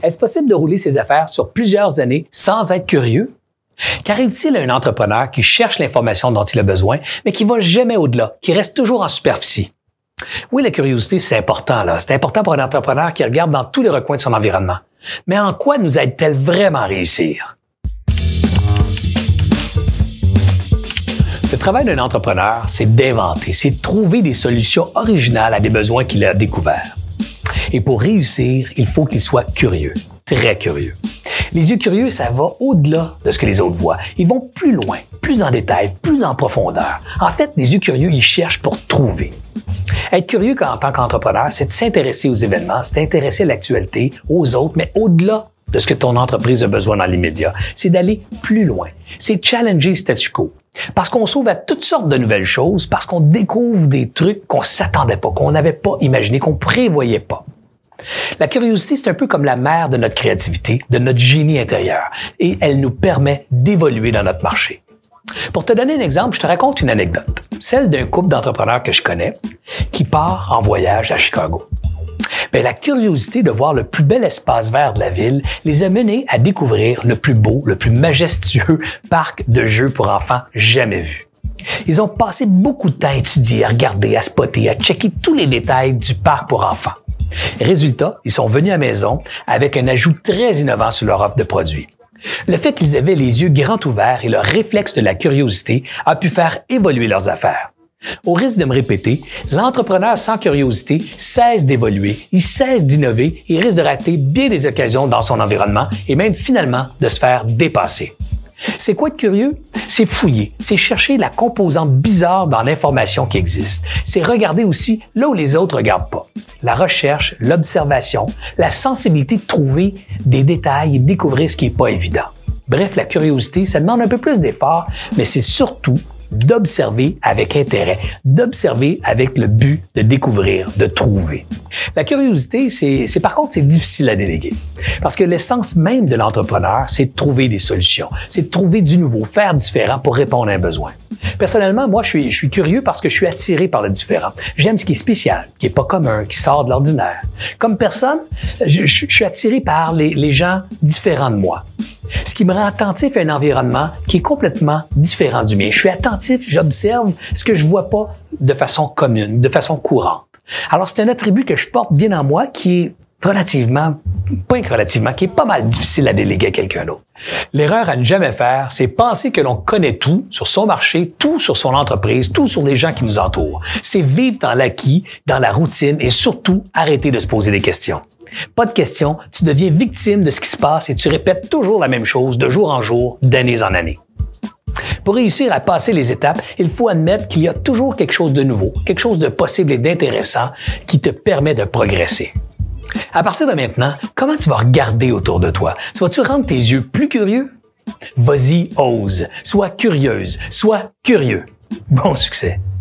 Est-ce possible de rouler ses affaires sur plusieurs années sans être curieux? Qu'arrive-t-il à un entrepreneur qui cherche l'information dont il a besoin, mais qui va jamais au-delà, qui reste toujours en superficie? Oui, la curiosité, c'est important, là. C'est important pour un entrepreneur qui regarde dans tous les recoins de son environnement. Mais en quoi nous aide-t-elle vraiment à réussir? Le travail d'un entrepreneur, c'est d'inventer, c'est de trouver des solutions originales à des besoins qu'il a découverts. Et pour réussir, il faut qu'il soit curieux, très curieux. Les yeux curieux, ça va au-delà de ce que les autres voient. Ils vont plus loin, plus en détail, plus en profondeur. En fait, les yeux curieux, ils cherchent pour trouver. Être curieux en tant qu'entrepreneur, c'est de s'intéresser aux événements, c'est d'intéresser à l'actualité, aux autres, mais au-delà de ce que ton entreprise a besoin dans l'immédiat. C'est d'aller plus loin. C'est de challenger le statu quo. Parce qu'on s'ouvre à toutes sortes de nouvelles choses, parce qu'on découvre des trucs qu'on s'attendait pas, qu'on n'avait pas imaginé, qu'on prévoyait pas. La curiosité, c'est un peu comme la mère de notre créativité, de notre génie intérieur, et elle nous permet d'évoluer dans notre marché. Pour te donner un exemple, je te raconte une anecdote, celle d'un couple d'entrepreneurs que je connais qui part en voyage à Chicago. La curiosité de voir le plus bel espace vert de la ville les a menés à découvrir le plus beau, le plus majestueux parc de jeux pour enfants jamais vu. Ils ont passé beaucoup de temps à étudier, à regarder, à spotter, à checker tous les détails du parc pour enfants. Résultat, ils sont venus à la maison avec un ajout très innovant sur leur offre de produits. Le fait qu'ils avaient les yeux grands ouverts et le réflexe de la curiosité a pu faire évoluer leurs affaires. Au risque de me répéter, l'entrepreneur sans curiosité cesse d'évoluer, il cesse d'innover et risque de rater bien des occasions dans son environnement et même finalement de se faire dépasser. C'est quoi être curieux? C'est fouiller, c'est chercher la composante bizarre dans l'information qui existe. C'est regarder aussi là où les autres ne regardent pas. La recherche, l'observation, la sensibilité de trouver des détails et de découvrir ce qui n'est pas évident. Bref, la curiosité, ça demande un peu plus d'effort, mais c'est surtout d'observer avec intérêt, d'observer avec le but de découvrir, de trouver. La curiosité, par contre, c'est difficile à déléguer. Parce que l'essence même de l'entrepreneur, c'est de trouver des solutions, c'est de trouver du nouveau, faire différent pour répondre à un besoin. Personnellement, moi, je suis curieux parce que je suis attiré par le différent. J'aime ce qui est spécial, qui est pas commun, qui sort de l'ordinaire. Comme personne, je suis attiré par les gens différents de moi. Ce qui me rend attentif à un environnement qui est complètement différent du mien. Je suis attentif, j'observe ce que je vois pas de façon commune, de façon courante. Alors, c'est un attribut que je porte bien en moi qui est qui est pas mal difficile à déléguer à quelqu'un d'autre. L'erreur à ne jamais faire, c'est penser que l'on connaît tout sur son marché, tout sur son entreprise, tout sur les gens qui nous entourent. C'est vivre dans l'acquis, dans la routine et surtout arrêter de se poser des questions. Pas de questions, tu deviens victime de ce qui se passe et tu répètes toujours la même chose de jour en jour, d'année en année. Pour réussir à passer les étapes, il faut admettre qu'il y a toujours quelque chose de nouveau, quelque chose de possible et d'intéressant qui te permet de progresser. À partir de maintenant, comment tu vas regarder autour de toi? Vas-tu rendre tes yeux plus curieux? Vas-y, ose. Sois curieuse. Sois curieux. Bon succès.